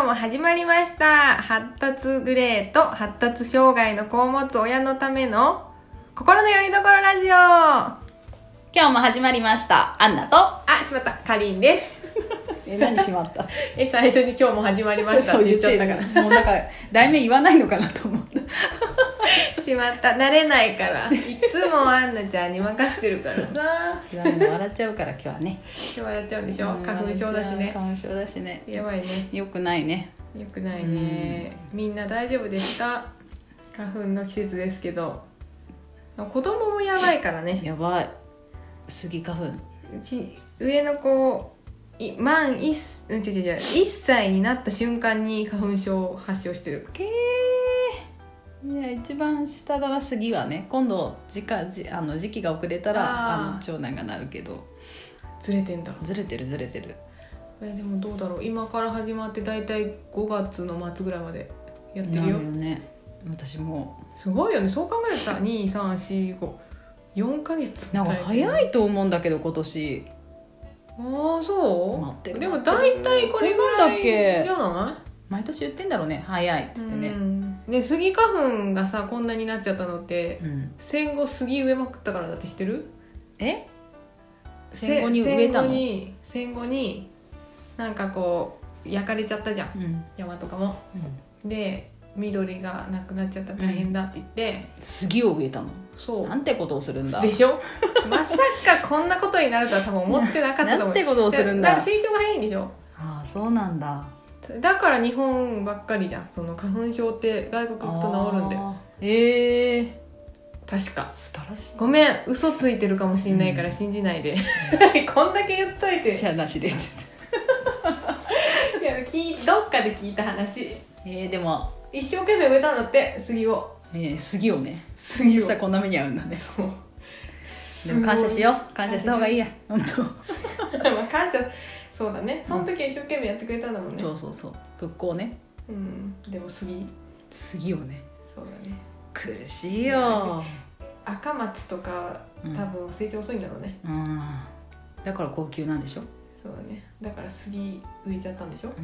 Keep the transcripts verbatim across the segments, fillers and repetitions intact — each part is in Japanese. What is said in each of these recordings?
も始まりました。発達グレーと発達障害の子を持つ親のための心のよりどころラジオ。 今日も始まりました。アンナとあ、しまった、かりんですえ、何しまったえ、最初に今日も始まりましたって言っちゃったからもうなんか題名言わないのかなと思ったしまった、慣れないからいつもアンナちゃんに任せてるからさ笑っちゃうから今日はね今日笑っちゃうんでしょ。花粉症だしね。 花粉症だしね。 やばいね。 よくないね。 よくないね。みんな大丈夫ですか？花粉の季節ですけど、子供もやばいからね。 やばい。スギ花粉。 うち上の子い満一うん違う違う一歳になった瞬間に花粉症を発症してる。 けー。いや一番下だな、スギはね。今度時間じあの時期が遅れたらああの長男がなるけど。 ずれてんだ。 ずれてるずれてる。 えでもどうだろう。今から始まってだいたいごがつの末ぐらいまでやってるよ。 なるよね。私もすごいよね。そう考えるとさに、さん、し、ご、よんかげつなんか早いと思うんだけど今年。 ああそう待ってるでも大体これぐらいじゃない？ 毎年言ってんだろうね、早いっつってね。 うんね、スギ花粉がさこんなになっちゃったのって、うん、戦後スギ植えまくったからだって知ってる？え？ 戦後に植えたの？ 戦後に戦後になんかこう焼かれちゃったじゃん、うん、山とかも、うん、で緑がなくなっちゃったら大変だって言って、 うん、スギを植えたの？ そうなんてことをするんだでしょまさかこんなことになるとは多分思ってなかったと思うなんてことをするんだ。 だから成長が早いんでしょ。 ああそうなんだ。 だから日本ばっかりじゃん。その花粉症って外国行くと治るんだよ。 ええー、 確か。 素晴らしい。 ごめん嘘ついてるかもしんないから信じないで、うん、こんだけ言っといてじゃあなしでいやどっかで聞いた話。 えー、でも一生懸命植えたんだって杉を、 えー、杉をね杉をそしたらこんな目に遭うんだね。 そうでも感謝しよう。感謝した方がいいや本当まあ感謝そうだね。その時は一生懸命やってくれたんだもんね、 うん、そうそうそう復興ね。 うんでも杉杉をねそうだね苦しいよ。 赤松とか多分成長遅いんだろうね、 うん、だから高級なんでしょ。 そうだね。だから杉植えちゃったんでしょ、うん、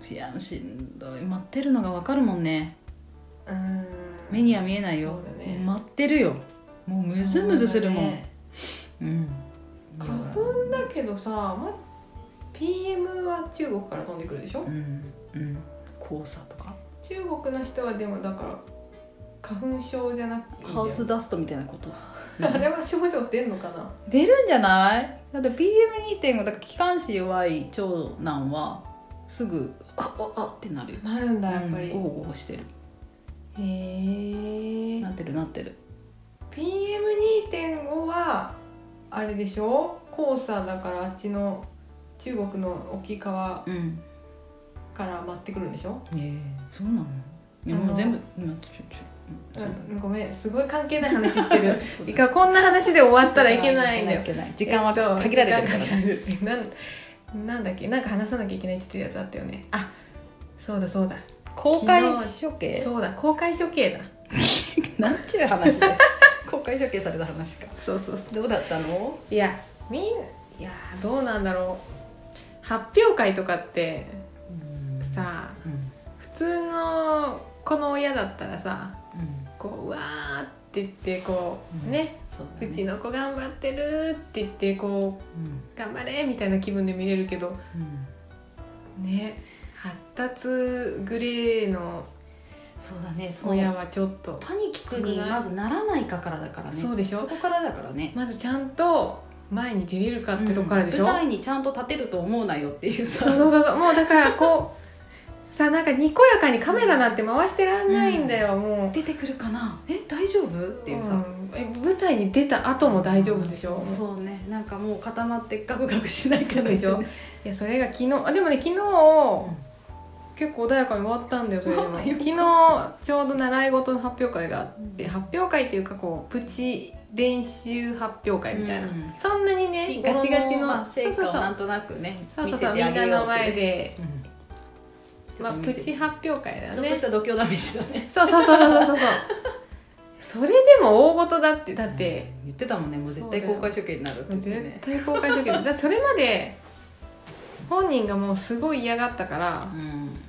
いやしんどい。待ってるのが分かるもんね。うん目には見えないよ、ね、待ってるよ。もうムズムズするもん、ね、うん、 花粉だけどさ、ま、ピーエム は中国から飛んでくるでしょ、 うんうん、黄砂とか。 中国の人はでもだから花粉症じゃなくていいハウスダストみたいなことあれは症状出んのかな。 出るんじゃない？だって ピーエムにてんご だから気管支弱い長男はすぐあああってなるよ。 なるんだやっぱり、 うん、ゴーゴーしてる。 へえなってるなってる。 ピーエムにてんご はあれでしょ、黄砂だからあっちの中国の大きい川から舞ってくるんでしょ、 うん、えー、そうなの？いやもう全部うん、ごめんすごい関係ない話してるいかこんな話で終わったらいけないんだよ。 時間は限られてるから、 えっと、なんなんだっけ、なんか話さなきゃいけないって言ってたやつあったよね。あそうだそうだ、 公開処刑。 そうだ公開処刑だなんちゅう話で公開処刑された話か。 そうそうそう。 どうだったの？ いやみんいやどうなんだろう。発表会とかってさ、うん、普通の子の親だったらさ、うん、こううわーって言ってこう、うん、ね, うねうちの子頑張ってるって言ってこう、うん、頑張れみたいな気分で見れるけど、うん、ね発達グレーのそうだね、 親はちょっとパニックにまずならないかからだからね。 そうでしょ。 そこからだからね。 まずちゃんと前に出れるかってとこからでしょ、 うん、舞台にちゃんと立てると思うなよっていうさ。 そうそうそうそう、もうだからこうさなんかにこやかにカメラなんて回してらんないんだよ、うん、もう出てくるかな、え大丈夫っていうさ、うん、 え舞台に出た後も大丈夫でしょ、うん、 そうね、なんかもう固まってガクガクしないからでしょいやそれが昨日あでもね昨日、うん、結構穏やかに終わったんだよそれでも昨日ちょうど習い事の発表会があって、うん、発表会っていうかこうプチ練習発表会みたいな、うん、そんなにねガチガチの、 まあ、成果をなんとなくねそうそうそうみんなの前で、うんまあ、プチ発表会だね。 ちょっとした度胸試しだね。 そうそうそうそうそうそうそれでも大事だってだって、 うん、言ってたもんね、もう絶対公開処刑になるって言ってね。 絶対公開処刑だそれまで本人がもうすごい嫌がったから、うん、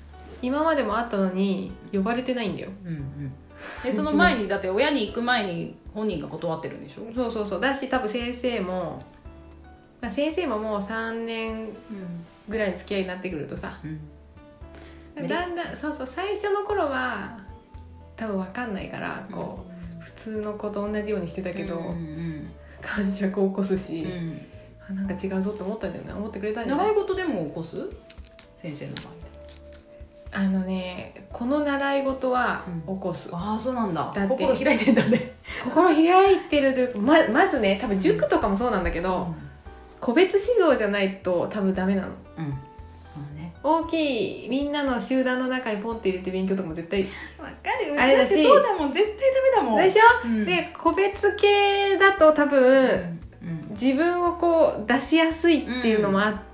今までもあったのに呼ばれてないんだよ、 うんうん、でその前にだって親に行く前に本人が断ってるんでしょ。 そうそうそうだし多分先生も先生ももうさんねんぐらいの付き合いになってくるとさ、うん、だんだんそうそう最初の頃は多分分かんないからこう、うん、普通の子と同じようにしてたけど、うんうん、感触を起こすし、うん、なんか違うぞって思ったんだよね思ってくれたんじゃない。 習い事でも起こす先生の場合あのねこの習い事は起こす、 うん、ああそうなんだ。だ心開いてんだね心開いてるというか ま, まずね多分塾とかもそうなんだけど、うん、個別指導じゃないと多分ダメなの、うんね、大きいみんなの集団の中にポンって入れて勉強とかも絶対わかる。うちだってそうだもん絶対ダメだもんでしょ、うん、で個別系だと多分、うんうん、自分をこう出しやすいっていうのもあって、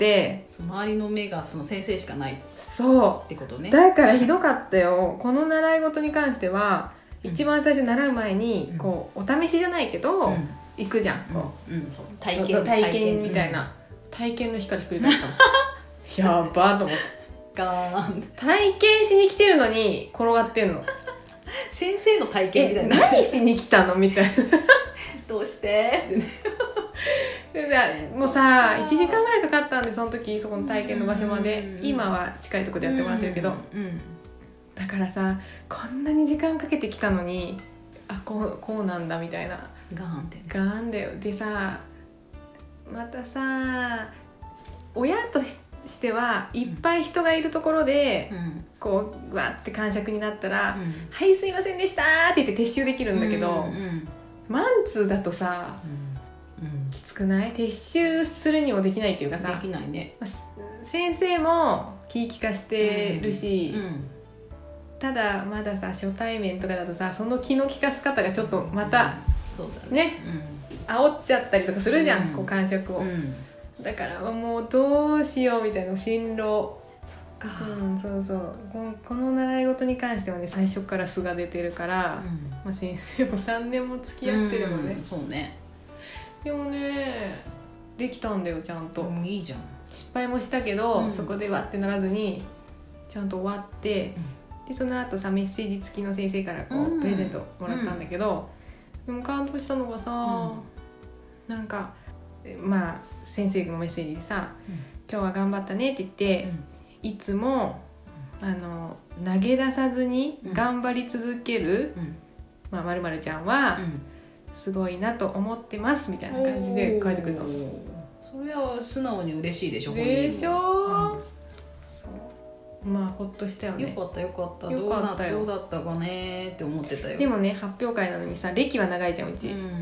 うん、その周りの目がその先生しかないそうってことね。 だからひどかったよこの習い事に関しては、うん、一番最初習う前にこうお試しじゃないけど、うん、行くじゃんこう、うんうん、そう体験体験みたいな、うん、体験の日からひっくり返ったのやばーと思ってガーン体験しに来てるのに転がってんの先生の体験みたいな何しに来たのみたいなどうしてってねもうさいちじかんぐらいかかったんでその時そこの体験の場所まで今は近いとこでやってもらってるけどだからさこんなに時間かけてきたのにあこう、こうなんだみたいなガーンってねガーンだよ。でさまたさ親としてはいっぱい人がいるところで、うん、こうわって感触になったら、うん、はいすいませんでしたって言って撤収できるんだけど、うんうん、マンツーだとさ、うんうん、きつくない？撤収するにもできないっていうかさできないね。 先生も気利かしてるし、うんうん、ただまださ初対面とかだとさその気の利かす方がちょっとまた、うん、 そうだね、 ね、うん、煽っちゃったりとかするじゃん、うん、こう感触を、うん、だからもうどうしようみたいな進路そっか、 うん、そうそうこ、この習い事に関してはね最初から素が出てるから、うんまあ、先生もさんねんも付き合ってるのね、 うん、そうね。 でもねできたんだよちゃんと、 うん、いいじゃん。 失敗もしたけど、うん、そこでわってならずにちゃんと終わって、うん、でその後さメッセージ付きの先生からこう、うん、プレゼントもらったんだけど、うん、でも感動したのがさ、うん、なんかまあ先生のメッセージでさ、うん、今日は頑張ったねって言って、うん、いつもあの投げ出さずに頑張り続ける、うんまあ、〇〇ちゃんは、うん、すごいなと思ってますみたいな感じで書いてくれたの。 それは素直に嬉しいでしょ。 でしょ、うん、そうまあほっとしたよね。 よかったよかった。よかったよ。どうだったかねって思ってたよ。 でもね発表会なのにさ歴は長いじゃんうち、うんうん、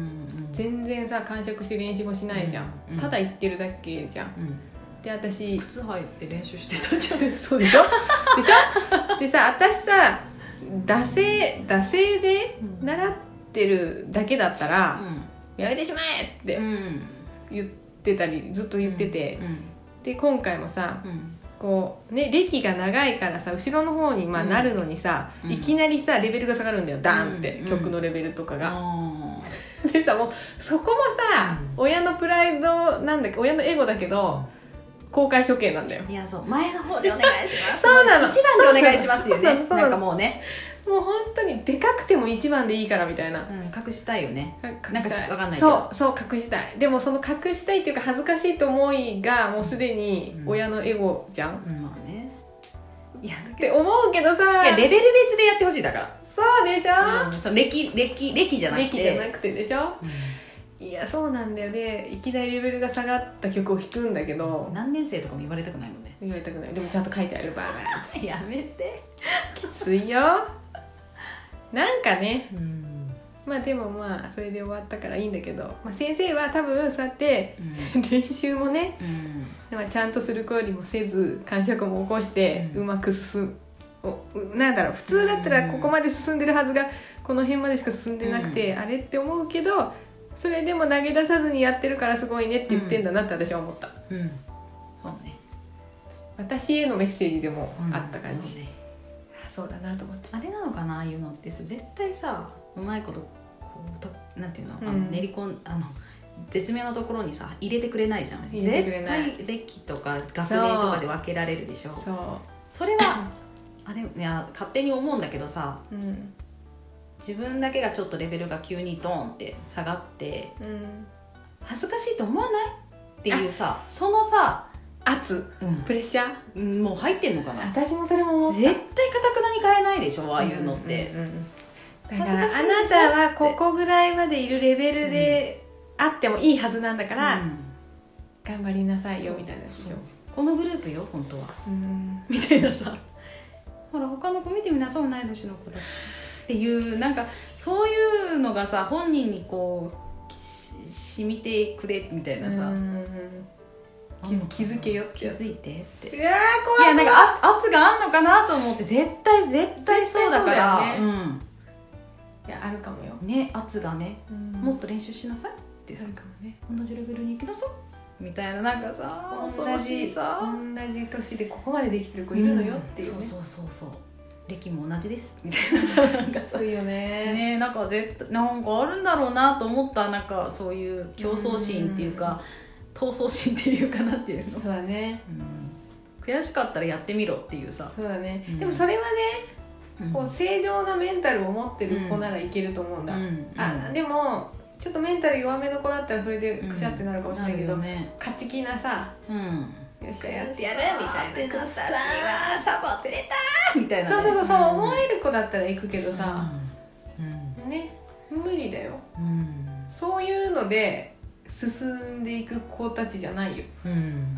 全然さ感触して練習もしないじゃん、うんうん、ただ言ってるだけじゃん、うん、で私靴履いて練習してたじゃんそうでしょでしょでさ私さ惰性惰性で習ってるだけだったら、うん、やめてしまえって言ってたりずっと言ってて、うんうん、で今回もさ、うんこうね、歴が長いからさ後ろの方にまあなるのにさ、うん、いきなりさレベルが下がるんだよダーンって、うん、曲のレベルとかが、うん、でさもうそこもさ、うん、親のプライドなんだっけ親のエゴだけど公開処刑なんだよ。 いやそう前の方でお願いしますそうなのいちばんでお願いしますよね。なんかもうねもう本当にでかくてもいちばんでいいからみたいな、 うん、隠したいよね。なんか分かんないけどそうそう隠したい。でもその隠したいっていうか恥ずかしいと思いがもうすでに親のエゴじゃん、 うんうん、まあねいやって思うけどさいやレベル別でやってほしいだからそうでしょ、 うん、その歴歴歴じゃなくて歴じゃなくてでしょ、うん、いやそうなんだよね。いきなりレベルが下がった曲を弾くんだけど何年生とかも言われたくないもんね。 言われたくない。でもちゃんと書いてあるバーバーってやめてきついよなんかね、うん、まあでもまあそれで終わったからいいんだけど、まあ、先生は多分そうやって、うん、練習もね、うんまあ、ちゃんとする子よりもせず感触も起こして、うん、うまく進むなんだろう普通だったらここまで進んでるはずがこの辺までしか進んでなくて、うん、あれって思うけどそれでも投げ出さずにやってるからすごいねって言ってんだなって私は思った、うんうん、 そうね私へのメッセージでもあった感じ、うんそうねそうだなと思って。 あれなのかなああいうのって絶対さうまいことこうとなんていうの、うん、あの練り込んあの絶妙なところにさ入れてくれないじゃん。絶対歴とか学年とかで分けられるでしょ。そうそれはあれいや勝手に思うんだけどさ、 うん、 自分だけがちょっとレベルが急にドーンって下がって、うん、恥ずかしいと思わないっていうさ、そのさ圧、うん、プレッシャーもう入ってんのかな。 私もそれも思った。 絶対かたくなに変えないでしょ、ああいうのって、うんうんうん、 だからあなたはここぐらいまでいるレベルであってもいいはずなんだから、うん、頑張りなさいよみたいなでしょ。 このグループよ本当は、うん、みたいなさ、ほら他の子見てみなさい、同い年の子たちっていう、なんかそういうのがさ本人にこうしみてくれみたいなさ、うん気づけよって気づいてって、 いや怖い、 いやなんかあ圧があんのかなと思って、絶対絶対そうだから、 ね、うん、いやあるかもよね、圧がね、うん、もっと練習しなさいってさ、 かもね、 同じレベルに行きなさいみたいな、なんかさ恐ろしいさ、 同じ年でここまでできてる子いるのよっていうね、 うん、そうそうそうそう、歴も同じですみたいなさ、なんかそうよね、 ね、なんか絶対なんかあるんだろうなと思った、なんかそういう競争心っていうか、闘争心っていうかなっていうの、 そうだね、 うん、悔しかったらやってみろっていうさ、 そうだね、うん、でもそれはね、うん、こう正常なメンタルを持ってる子ならいけると思うんだ、うんうん、あでもちょっとメンタル弱めの子だったらそれでくしゃってなるかもしれないけど、うんね、勝ち気なさ、うん、よっしゃやってやるみたいな、 私はサボってたみたいな、 ね、そうそうそう、そう思える子だったら行くけどさ、うんうん、ね、無理だよ、うん、そういうので進んでいく子たちじゃないよ、 うん、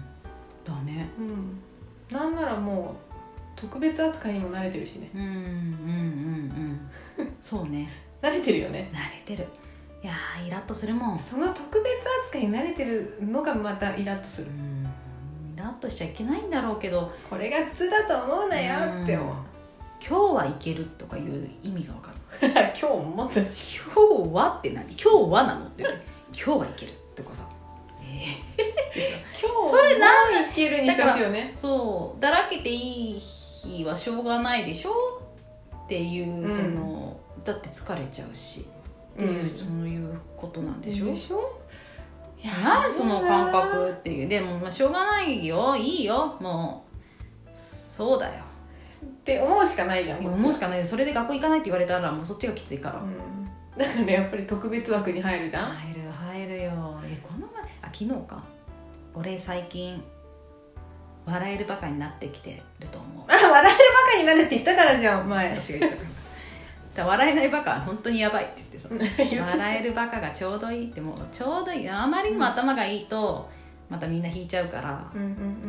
だね、 うん、なんならもう特別扱いにも慣れてるしね、 うんうんうんうんそうね慣れてるよね、 慣れてる、いやーイラッとするもん、 その特別扱いに慣れてるのがまたイラッとする、うん、 イラッとしちゃいけないんだろうけど、 これが普通だと思うなよって思う、 今日はいけるとかいう意味が分かる今日もっと今日はって何、今日はなのって今日はいけるとかさ、えー、 今日それ何いけるにしてほしいよね、 そうだらけていい日はしょうがないでしょっていう、うん、そのだって疲れちゃうしっていう、うん、そういうことなんでしょ、 でしょ、 いや何その感覚っていう、でもまあしょうがないよ、いいよ、もうそうだよって思うしかないじゃん、 思うしかないよ、それで学校行かないって言われたらもうそっちがきついから、うん、 だからやっぱり特別枠に入るじゃん、 入る入るよ、えこの前あ昨日か、俺最近笑えるバカになってきてると思う、 あ笑えるバカになるって言ったからじゃん前、 私が言ったから笑えないバカは本当にやばいって言ってさ笑えるバカがちょうどいいって、もうちょうどいい、あまりにも頭がいいとまたみんな引いちゃうから、うんうんうん、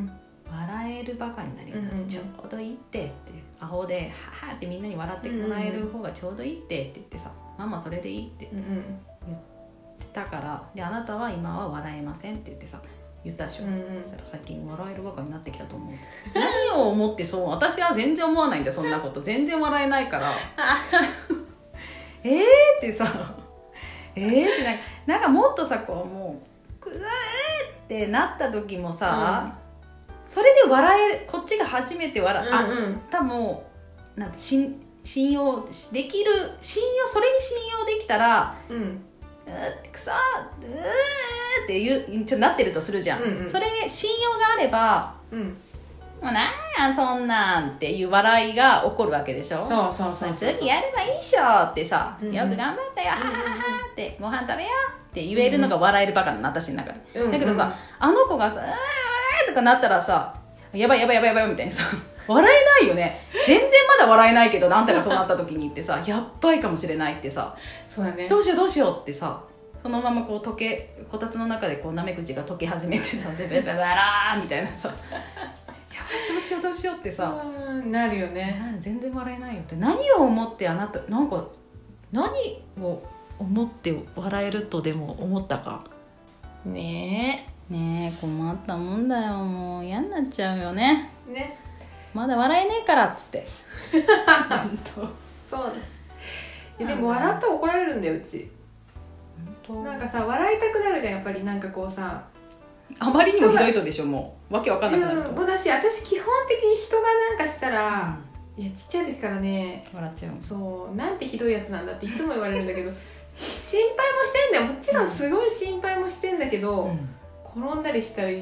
笑えるバカになるようになってちょうどいいってって、アホでははってみんなに笑ってもらえる方がちょうどいいってって言ってさ、ママそれでいいって言ってたから、であなたは今は笑えませんって言ってさ言ったでしょ、うんうん、そしたら最近笑えるバカになってきたと思う何を思って、そう私は全然思わないんだよ、そんなこと全然笑えないからえーってさえーってなんか、なんかもっとさこうもうくらえってなった時もさ、うん、それで笑えこっちが初めて笑う、うんうん、あ多分なんて信用できる信用それに信用できたら、うん、うってくそーうーっていうちょっとなってるとするじゃん、うんうん、それ信用があれば、うん、もうなんやそんなんっていう笑いが起こるわけでしょ、 そうそうそうそう、 次やればいいっしょってさ、うんうん、よく頑張ったよ、ははははってご飯食べようって言えるのが笑えるバカなの、私の中で、うんうん、だけどさあの子がさうーとかなったらさやばいやばいやばいやばいみたいなさ笑えないよね、全然まだ笑えないけどあんたがそうなった時にってさやっばいかもしれないってさ、 そうだね、 どうしようどうしようってさ、そのままこう溶けこたつの中でこうなめ口が溶け始めてさベベベベラーみたいなさやばいどうしようどうしようってさなるよね、 全然笑えないよって、何を思ってあなたなんか何を思って笑えるとでも思ったかねえねえ困ったもんだよ、もう嫌になっちゃうよね、 ねまだ笑えねえからっつって本当そうね、いやでも笑ったら怒られるんだようち、本当なんかさ笑いたくなるじゃんやっぱり、なんかこうさあまりにもひどいとでしょ、もうわけわかんなくなると、 うん、私私基本的に人がなんかしたら、うん、いやちっちゃい時からね笑っちゃう、 そうなんてひどいやつなんだっていつも言われるんだけど心配もしてんだよ、もちろんすごい心配もしてんだけど、うん、転んだりしたりし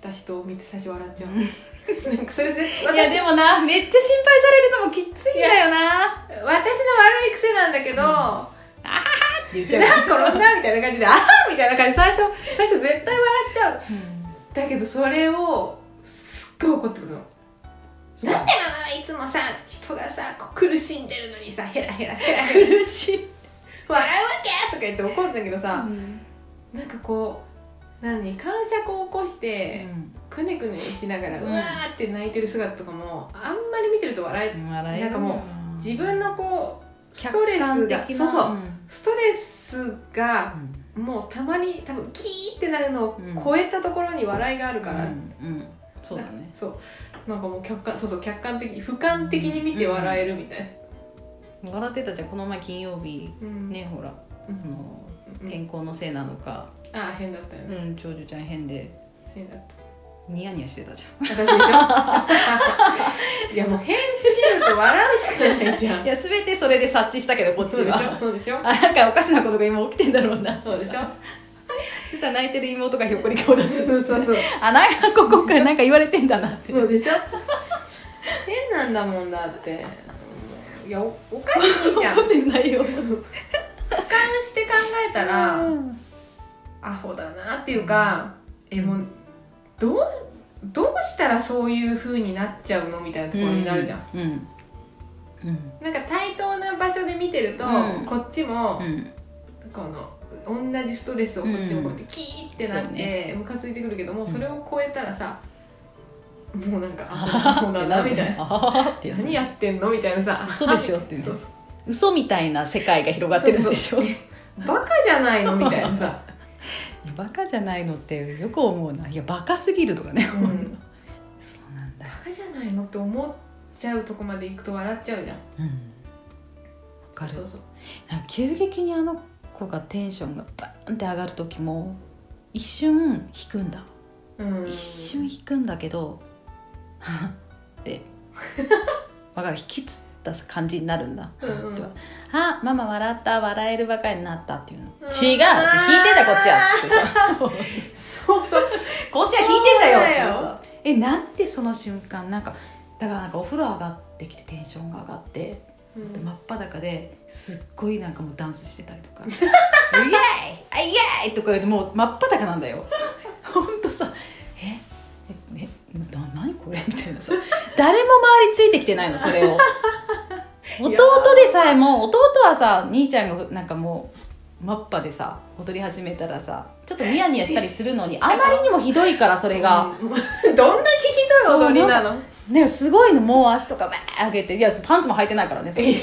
した人を見て最初笑っちゃうなんかそれでいやでもなめっちゃ心配されるのもきついんだよな。 私の悪い癖なんだけど、うん、あははって言っちゃう転んだみたいな感じであはみたいな感じで最初最初絶対笑っちゃう、うん、だけどそれをすっごい怒ってくるの。なんでなのいつもさ人がさこう苦しんでるのにさヘラヘラヘラヘラ苦しい笑うわけとか言って怒るんだけどさ、うん、なんかこう何感触を起こして、うん、くねくねしながら、うん、うわーって泣いてる姿とかもあんまり見てると笑え、うん、笑えなんかもう自分のこうストレスがそうそう、うん、ストレスが、うん、もうたまに多分キーってなるのを超えたところに笑いがあるから、うんうんうん、 そうだね。 そうなんかもう客観そうそう客観的俯瞰的に見て笑えるみたいな、 うん、笑ってたじゃんこの前金曜日、うん、ねほら、うん、あの天候のせいなのか、 うん、ああ変だったよね。 うん長女ちゃん変で変だったニヤニヤしてたじゃん。 私でしょいやもう変すぎると笑うしかないじゃん。 いや全てそれで察知したけどこっちはそうでしょ。 あなんかおかしなことが今起きてんだろうな。 そうでしょ。 そしたら泣いてる妹がひょっこり顔出す。 そうそうそう。 あなんかここからなんか言われてんだなって。 そうでしょ。変なんだもんだって。いや お, おかしいじゃん。 怒ってないよ。俯瞰して考えたら、うん、アホだなっていうか、うん、えもうどうどうしたらそういう風になっちゃうのみたいなところになるじゃん。うんうんうん、なんか対等な場所で見てると、うん、こっちも、うん、この同じストレスをこっちもこうやってキーってなってムカついてくるけども、それを超えたらさ、もうなんかアホだなみたいな何やってんのみたいなさ嘘でしょっていう、ね、そうそう嘘みたいな世界が広がってるんでしょ。そうそうバカじゃないのみたいなさバカじゃないのってよく思うな。いやバカすぎるとかね、うん、そうなんだバカじゃないのって思っちゃうとこまで行くと笑っちゃうじゃん。うん、分かる。そうそうなんか急激にあの子がテンションがバーンって上がる時も一瞬引くんだ、うん、一瞬引くんだけどって分かる引きつった感じになるんだ、うんうん、あママ笑った笑えるばかりになったっていうの、うん、違うって引いてたこっちはってさそうそうこっちは引いてんだよってさえなんでその瞬間なんかだからなんかお風呂上がってきてテンションが上がってうん、真っ裸ですっごいなんかもうダンスしてたりとかイエーイあイエーイとか言うともう真っ裸なんだよほんとさえええな何これみたいなさ誰も周りついてきてないのそれを弟でさえも弟はさ兄ちゃんがなんかもうマッパでさ踊り始めたらさちょっとニヤニヤしたりするのにあまりにもひどいからそれが、 うん、どんだけひどい踊りなのね、すごいのもう足とかバー上げていやパンツも履いてないからねそれウェ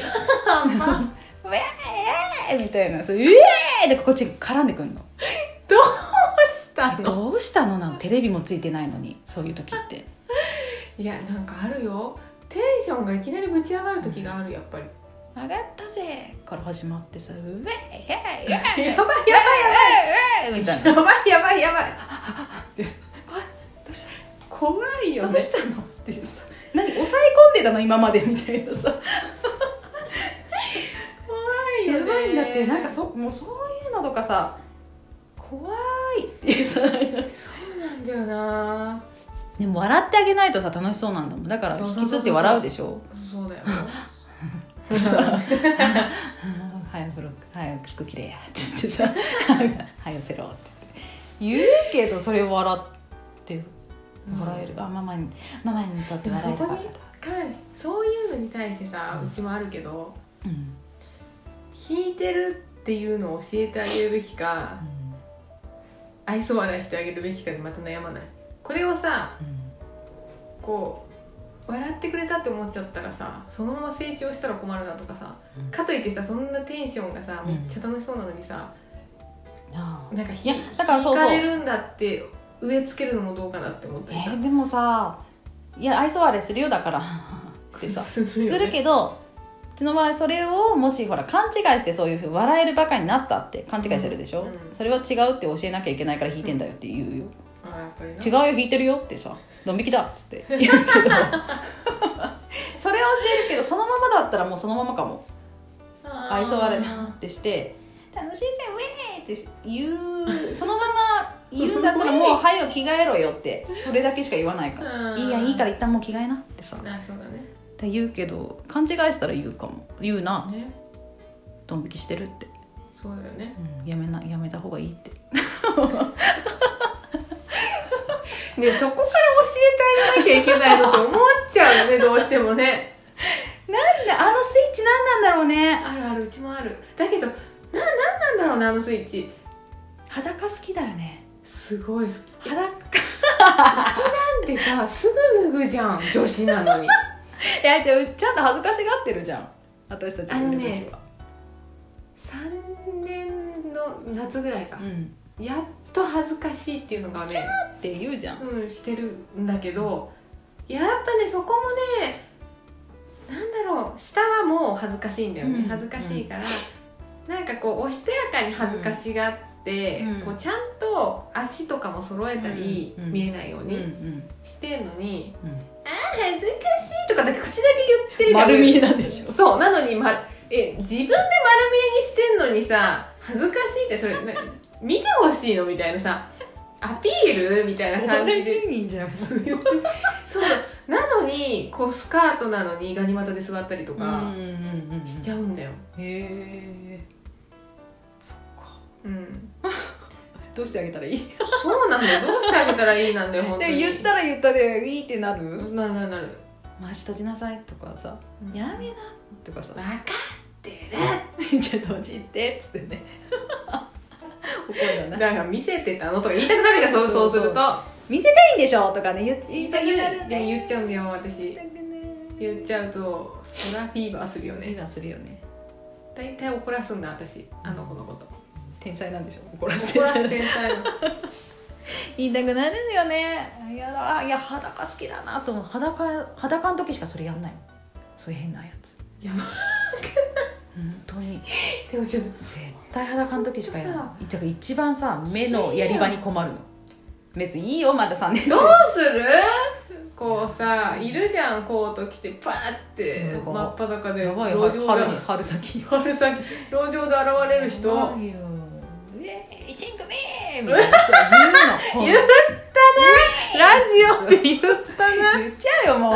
ーイみたいなウェーイでこっちに絡んでくんのどうしたのどうしたのなんテレビもついてないのにそういう時っていやなんかあるよテンションがいきなりぶち上がる時があるやっぱり上がったぜから始まってさウェーイウェーイやばいやばいやばいみたいなやばいやばいやばい怖いどうした怖いよねどうしたのっていうさ何抑え込んでたの今までみたいなさ怖いよねやばいんだってなんかそもうそういうのとかさ怖いっていうさそうなんだよなでも笑ってあげないとさ楽しそうなんだもんだから引きつって笑うでしょそうだよ早く早く服着れやって言ってさ早せろって言って言うけどそれを笑って笑える、うん、あママにママにとって笑えるバカだそういうのに対してさ、うん、うちもあるけど、うん、弾いてるっていうのを教えてあげるべきか、うん、愛想笑いしてあげるべきかでまた悩まない。これをさ、うん、こう笑ってくれたって思っちゃったらさそのまま成長したら困るなとかさ、うん、かといってさそんなテンションがさめっちゃ楽しそうなのにさ、うん、なんかひだからそうそう引かれるんだって植え付けるのもどうかなって思ったりさ、 えー、でもさいや愛想笑いするよだからってさする、ね、するけどうちの場合それをもしほら勘違いしてそういうふうに笑えるバカになってって勘違いしてるでしょ、うんうん、それは違うって教えなきゃいけないから弾いてんだよって言うよ、うん、あやっぱり違うよ弾いてるよってさドン引きだっつって言うけどそれを教えるけどそのままだったらもうそのままかも愛想笑いってして楽しいぜウェーって言うそのまま言うんだったらもう「はよ着替えろよ」ってそれだけしか言わないから「いいやいいから一旦もう着替えな」ってさ、 あそうだねって言うけど勘違いしたら言うかも言うな、 ね、 ドン引きしてるって。 そうだよね、 うん、やめなやめた方がいいってね、そこから教えてあげなきゃいけないのと思っちゃうよねどうしてもね。 なんであのスイッチ何なんだろうね。 あるあるうちもある。だけどななんなんだろうねあのスイッチ。 裸好きだよね。 すごい好き。 裸うちなんてさすぐ脱ぐじゃん女子なのに。 いやじゃあちゃんと恥ずかしがってるじゃん私たちあのの時は。 ねさんねんの夏ぐらいか、 うん、 やっと恥ずかしいっていうのがねって言うじゃん、 うん、してるんだけど、やっぱねそこもねなんだろう下はもう恥ずかしいんだよね、うん、恥ずかしいから、うん、なんかこうおしとやかに恥ずかしがって、うん、こうちゃんと足とかも揃えたり、うん、見えないようにしてんのに、うんうん、あー恥ずかしいとかだけ口だけ言ってるじゃん。 丸見えなんでしょ。 そうなのに、ま、え自分で丸見えにしてんのにさ恥ずかしいってそれ見てほしいのみたいなさアピールみたいな感じで人じゃんそうなのにこうスカートなのにガニ股で座ったりとかしちゃうんだよ。 へえそっかうんどうしてあげたらいいそうなんだよどうしてあげたらいいなんだよ本当に。 で言ったら言ったでいいってなるなるなるなるマジ閉じなさいとかさ、うん、やめなとかさ分かってるじゃあ閉じてっつってね怒るんだな。 だから見せてたのとか言いたくなるじゃんそうそうすると見せたいんでしょとかね言いたくなるね。 言っちゃうんだよ私。言っちゃうとそらフィーバーするよね。 フィーバーするよね。 大体怒らすんだ私あの子のこと。 天才なんでしょ怒らす天才。天才言いたくなるよね。いやだいや裸好きだなと思う。裸裸の時しかそれやんないもん。そういう変なやつ。 やば本当に。 でもちょっと絶対裸の時しかやらない。だから一番さ目のやり場に困るの。別にいいよまださんねん生。 どうする？こうさいるじゃんコート着てパーって真っ裸でやばいよ春に春先春先路上で現れる人。 やばいよ。ウェーイチンクミーみたいなさ言うの。 言ったなラジオって言ったな。 言っちゃうよもう。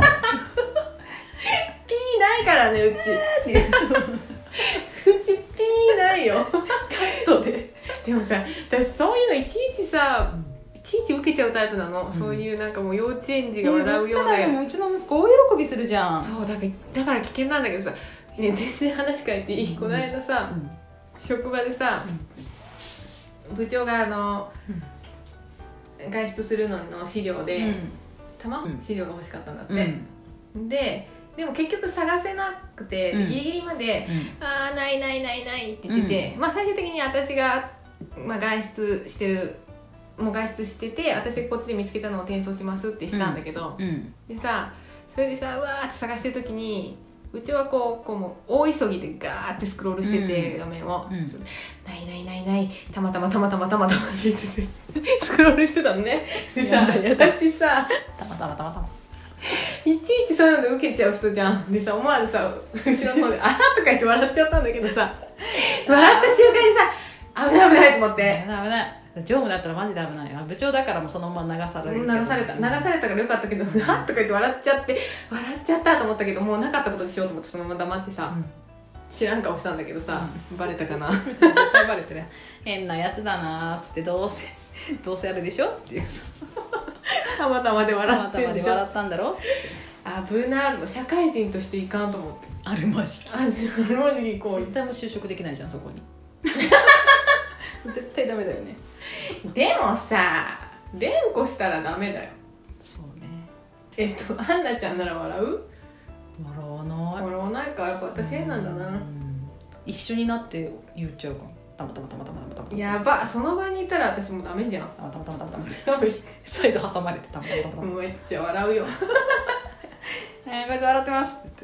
ピーないからねうち。うちピーないよ。カットで。でもさ私そういうのいちいちさ、うん、いちいち受けちゃうタイプなの、うん、そういうなんかもう幼稚園児が笑うような、 えー、うちの息子大喜びするじゃん。 そうだからだから危険なんだけどさ、ね、全然話変えていい、うん、この間さ、うん、職場でさ、うん、部長があの、うん、外出するのの資料で、うん、玉、うん、資料が欲しかったんだって、うん、ででも結局探せなくて、うん、ギリギリまで、うん、あーないないないないって言ってて、うん、まあ最終的に私が、まあ、外出してるもう外出してて私こっちで見つけたのを転送しますってしたんだけど、うん、でさそれでさうわーって探してる時にうちはこう、こうもう大急ぎでガーってスクロールしてて、うん、画面を、うん、ないないないないたまたまたまたまたまたまって言っててスクロールしてたのね。でさ私さたまたまたまたまいちいちそういうので受けちゃう人じゃん。でさ思わずさ後ろの方で「あら」とか言って笑っちゃったんだけどさ笑った瞬間にさ危ない危ないと思って。 危ない危ない常務だったらマジで危ないよ。部長だからもそのまま流されるけど流された流されたからよかったけど「な」とか言って笑っちゃって笑っちゃったと思ったけどもうなかったことにしようと思ってそのまま黙ってさ、うん、知らん顔したんだけどさ、うん、バレたかな絶対バレてる。変なやつだなーっつってどうせどうせあるでしょっていうさたまたまで笑ってんでしょ。 たまたまで笑ったんだろ。 危ない社会人としていかんと思って。 あるまじあるまじこう絶対もう就職できないじゃんそこに絶対ダメだよね。 でもさ連呼したらダメだよ。 そうね。 えっとアンナちゃんなら笑う？ 笑わない笑わないか。やっぱ私変なんだな。うん一緒になって言っちゃうかも。たまたまたまたまたまたまやばその場にいたら私もうダメじゃん。 たまたまたまたまたまサイド挟まれてたまたまたまたまめっちゃ笑うよえー、こいつ笑ってますって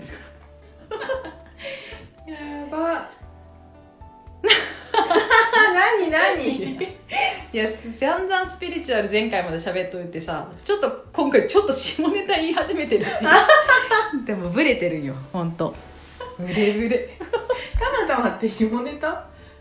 やば何何いや散々スピリチュアル前回まで喋っといてさちょっと今回ちょっと下ネタ言い始めてるっていうでもブレてるよほんとブレブレたまたまって下ネタ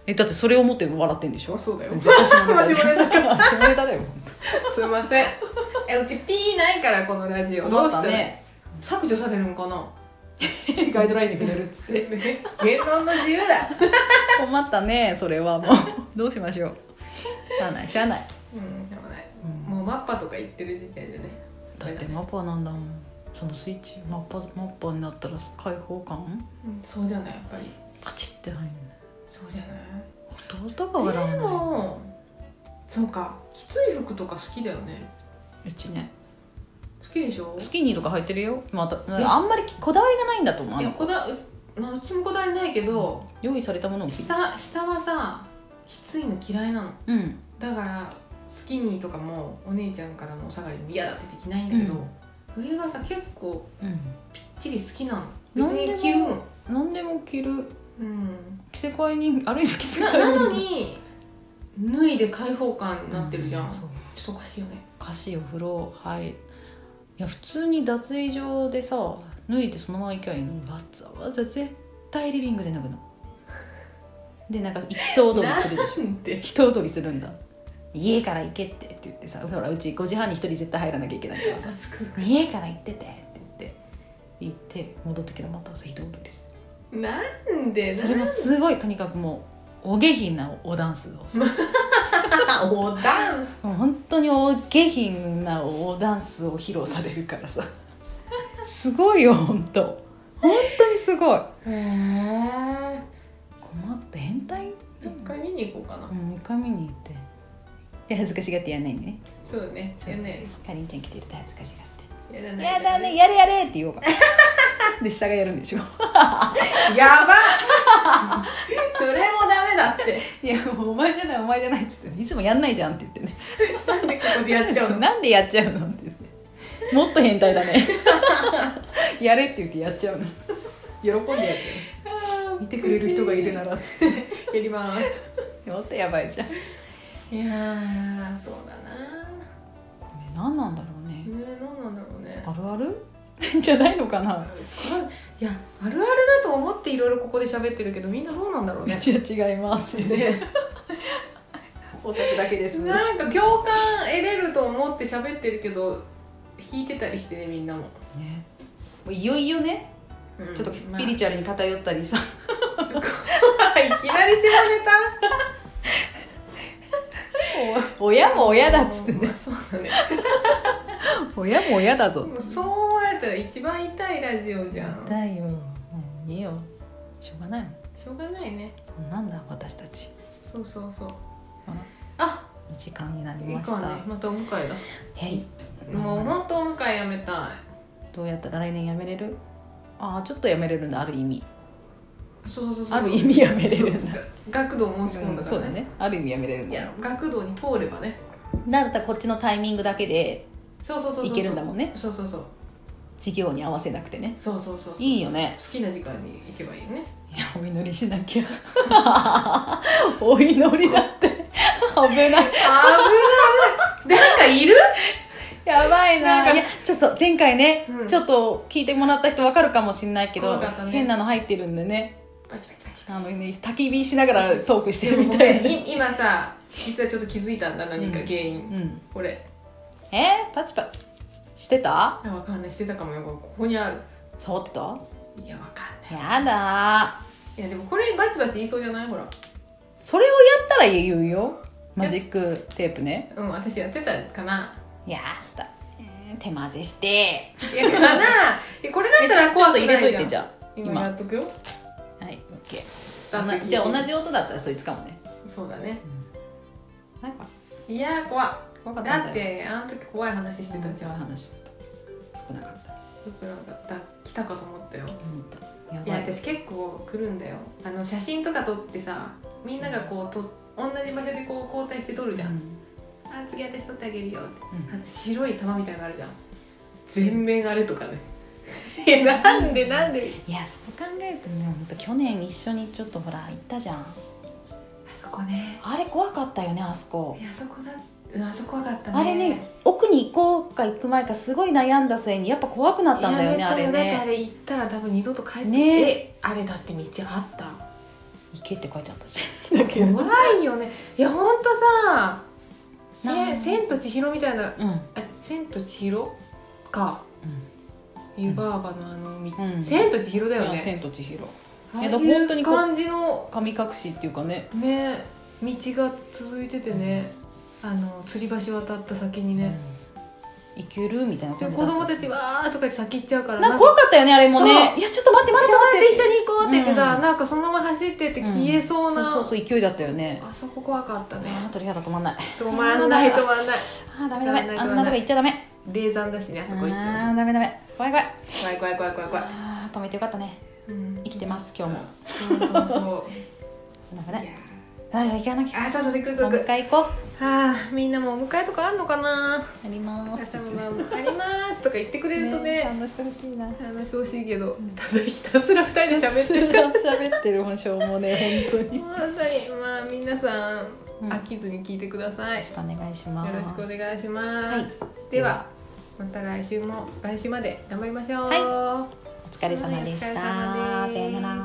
えだってそれを思って笑ってんでしょ。 そうだよ。 絶対下ネタ下ネタか下ネタだよすいません。えうちピーないからこのラジオどうしたら、ね、削除されるんかなガイドラインにくれるっつって言論の自由だ困ったねそれはもうどうしましょう。しゃあないしゃあない、 うんしゃあない、うん、もうマッパとか言ってる時点でね。 だってマッパなんだもん。そのスイッチマッパマッパになったら開放感、 うん、そうじゃないやっぱりパチッて入る。 そうじゃない弟が笑わない。 でもそうかきつい服とか好きだよね。 うちね好きでしょ。 スキニーとか履いてるよ。またあんまりこだわりがないんだと思う。 いやこだ、まあ、うちもこだわりないけど、 用意されたものを下下はさきついの嫌いなの、うん、だからスキニーとかもお姉ちゃんからのお下がりも嫌だって言って着ないんだけど、うん、上がさ結構ぴっちり好きなの、うん、別に着るの何でも着る、うん、着せ替えにある意味着せ替えなのに脱いで開放感になってるじゃん、うん、ちょっとおかしいよね。 おかしい。お風呂はいいや普通に脱衣所でさ脱いでそのまま行けばいいのにわざわざ絶対リビングで脱ぐのでなんか人踊りするでしょ人踊りするんだ。家から行けってって言ってさほらうちごじはんにひとり絶対入らなきゃいけないからさ家から行っててって言って行って戻ってきたらまた人踊りする。なんでそれもすごいとにかくもうお下品なおダンスをさおダンスもう本当にお下品なおダンスを披露されるからさすごいよ本当本当にすごい。へえ困って変態。 一回見に行こうかな。 うん一回見に行ってで恥ずかしがってやんないね。 そうだねやんないね。 かりんちゃん来てると恥ずかしがってやらない、 やだねやれやれって言おうかで下がやるんでしょやばそれもダメだって。 いやもうお前じゃないお前じゃないっつって、いつもやんないじゃんって言ってねなんでここでやっちゃうのなんでやっちゃうのって言ってもっと変態だねやれって言ってやっちゃうの喜んでやっちゃう見てくれる人がいるならっつってやりますもっとやばいじゃん。 いやーそうだなこれ何なんだろうね。 ね何なんだろうね。 あるあるじゃないのかな。 いやあるあるだと思っていろいろここで喋ってるけどみんなどうなんだろうね。 うちは違いますねオタクだけですね。 なんか共感得れると思って喋ってるけど引いてたりしてねみんなもね。もういよいよね、うん、ちょっとスピリチュアルに偏ったりさ、まあ、 いきなり下ネタ親も親だっつってね、 そうだね親も親だぞ。 そう思われたら一番痛いラジオじゃん。 痛いよ、うん、いいよしょうがないもん。 しょうがないね。 なんだ私たち。 そうそうそう。 あいちじかんになりました。いいかね、 またお迎えだ。 へい。 もう本当お迎えやめたい。 どうやったら来年やめれる？ああちょっとやめれるんだある意味。 そうそうそうそう。 ある意味やめれるんだ。 学童申し込んだから、ねうん、 そうだね。ある意味やめれるんだ。 いや学童に通ればね。 だったらこっちのタイミングだけでいけるんだもんね。 そうそうそう。 授業に合わせなくてね。 そうそうそうそう。 いいよね。 好きな時間に行けばいいよね。 いやお祈りしなきゃ。お祈りだって危ない。危ない。なんかいる？ やばいな。いやちょっと前回ね、うん、ちょっと聞いてもらった人わかるかもしれないけど、ね、変なの入ってるんでね。 バチバチバチ。 あのね焚き火しながらトークしてるみたいな。 今さ実はちょっと気づいたんだ何か原因。うんうん、これ。 えー、パチパチしてた？ わかんないしてたかもよ。ここにある。 触ってた？ いやわかんない。 やだー。いやでもこれバチバチ言いそうじゃない？ほら。 それをやったら言うよ。マジックテープね。 うん私やってたかな。 やった、えー、手混ぜして。 いやかな。これだったらちょっと入れといてじゃあ。 今やっとくよ。 はい、オッケー。じゃあ同じ音だったらそいつかもね。 そうだね。 なんかいやー怖っ。怖かったんだよ。だってあの時怖い話してたじゃん。 怖い話してた。よくなかった。 よくなかった。来たかと思ったよ。 やいや私結構来るんだよ。あの写真とか撮ってさ、みんながこうと同じ場所でこう交代して撮るじゃん。うん、あ次私撮ってあげるよって、うん、あの白い玉みたいなのあるじゃん。全面あれとかね。えなんでなんで。 いやそう考えるとね、本当去年一緒にちょっとほら行ったじゃん。あそこね。 あれ怖かったよねあそこ。 いやあそこだ。あそこ怖かったね。 あれね奥に行こうか行く前かすごい悩んだ末にやっぱ怖くなったんだよねあれね。 だってあれ行ったら多分二度と帰ってね。あれだって道あった。 池って書いてあったじゃん。だけど怖いよね。いやほんとさ、せ千と千尋みたいな、うん、あ千と千尋か、うん、湯婆婆のあの道、うん、千と千尋だよね。 千と千尋。 ああいう感じの神隠しっていうかね。 ね、道が続いててね、あの吊り橋渡った先にね。 うん、行けるみたいな感じだった。子供たちわーとか先行っちゃうから。 なんか怖かったよねあれもね。いやちょっと待って待って待って一緒に行こうって言ってさ、うん、なんかそのまま走ってって消えそうな、うん、 そうそうそう勢いだったよね。 あそこ怖かったね。 あとりあえず止まんない。 止まんない止まんない。 あダメダメ。あんなとこ行っちゃダメ。 霊山だしねあそこ行っちゃう。 あダメダメ。怖い怖い怖い怖い怖い怖い怖い。 あ止めてよかったね。うん、生きてます今日も。 そうそうそう。 なんかね。あ行かなきゃ。 あそうそう行く行く行く。 お迎え行こう。はあみんなもお迎えとかあんのかな。 あります。 ありますとか言ってくれるとね。 話してほしいな。 話してほしいけど、ただひたすら二人で喋ってる。 喋ってる本性もね本当に。 本当にまあ皆さん飽きずに聞いてください。よろしくお願いします。 よろしくお願いします。はい、ではまた来週も来週まで頑張りましょう。 はい、お疲れ様でした。さよなら。